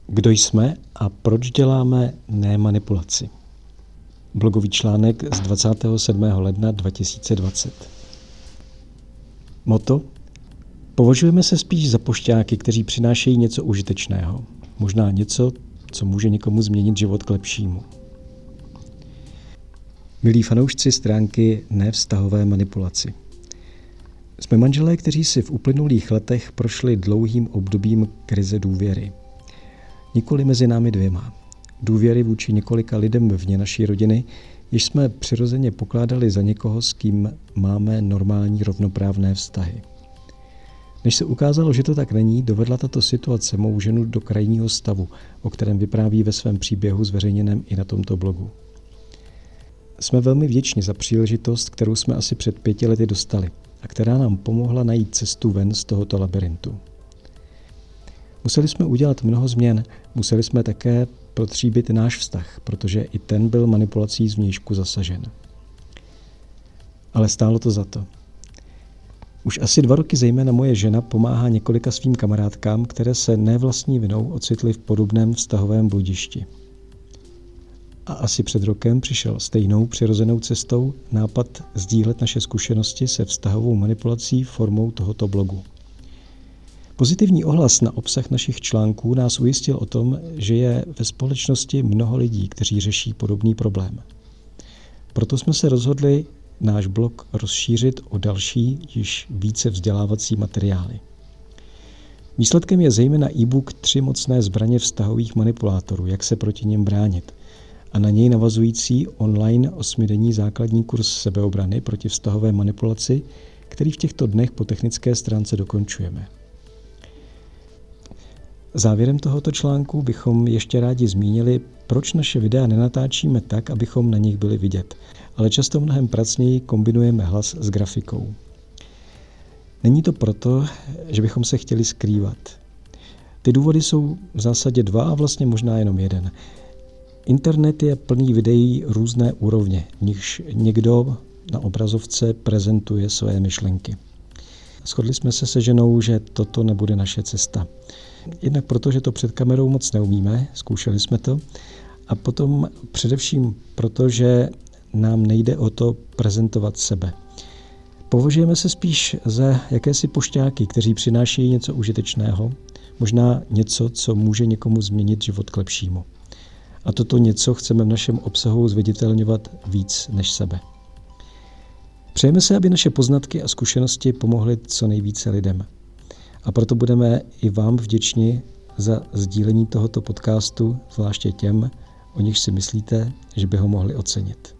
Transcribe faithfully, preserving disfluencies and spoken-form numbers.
Kdo jsme a proč děláme nemanipulaci? Blogový článek z dvacátého sedmého ledna dva tisíce dvacet. Motto: považujeme se spíš za pošťáky, kteří přinášejí něco užitečného. Možná něco, co může někomu změnit život k lepšímu. Milí fanoušci stránky Nevztahové manipulaci. Jsme manželé, kteří si v uplynulých letech prošli dlouhým obdobím krize důvěry. Nikoli mezi námi dvěma. Důvěry vůči několika lidem vně naší rodiny, jež jsme přirozeně pokládali za někoho, s kým máme normální rovnoprávné vztahy. Než se ukázalo, že to tak není, dovedla tato situace mou ženu do krajního stavu, o kterém vypráví ve svém příběhu zveřejněném i na tomto blogu. Jsme velmi vděční za příležitost, kterou jsme asi před pěti lety dostali a která nám pomohla najít cestu ven z tohoto labirintu. Museli jsme udělat mnoho změn, museli jsme také protříbit náš vztah, protože i ten byl manipulací zvnějšku zasažen. Ale stálo to za to. Už asi dva roky zejména moje žena pomáhá několika svým kamarádkám, které se ne vlastní vinou ocitly v podobném vztahovém bludišti. A asi před rokem přišel stejnou přirozenou cestou nápad sdílet naše zkušenosti se vztahovou manipulací formou tohoto blogu. Pozitivní ohlas na obsah našich článků nás ujistil o tom, že je ve společnosti mnoho lidí, kteří řeší podobný problém. Proto jsme se rozhodli náš blog rozšířit o další, již více vzdělávací materiály. Výsledkem je zejména e-book Tři mocné zbraně vztahových manipulátorů, jak se proti něm bránit, a na něj navazující online osmidenní základní kurz sebeobrany proti vztahové manipulaci, který v těchto dnech po technické stránce dokončujeme. Závěrem tohoto článku bychom ještě rádi zmínili, proč naše videa nenatáčíme tak, abychom na nich byli vidět, ale často mnohem pracněji kombinujeme hlas s grafikou. Není to proto, že bychom se chtěli skrývat. Ty důvody jsou v zásadě dva a vlastně možná jenom jeden. Internet je plný videí různé úrovně, v nichž někdo na obrazovce prezentuje své myšlenky. Shodli jsme se se ženou, že toto nebude naše cesta. Jednak proto, že to před kamerou moc neumíme, zkoušeli jsme to, a potom především proto, že nám nejde o to prezentovat sebe. Považujeme se spíš za jakési pošťáky, kteří přinášejí něco užitečného, možná něco, co může někomu změnit život k lepšímu. A toto něco chceme v našem obsahu zviditelňovat víc než sebe. Přejeme se, aby naše poznatky a zkušenosti pomohly co nejvíce lidem. A proto budeme i vám vděční za sdílení tohoto podcastu, zvláště těm, o nichž si myslíte, že by ho mohli ocenit.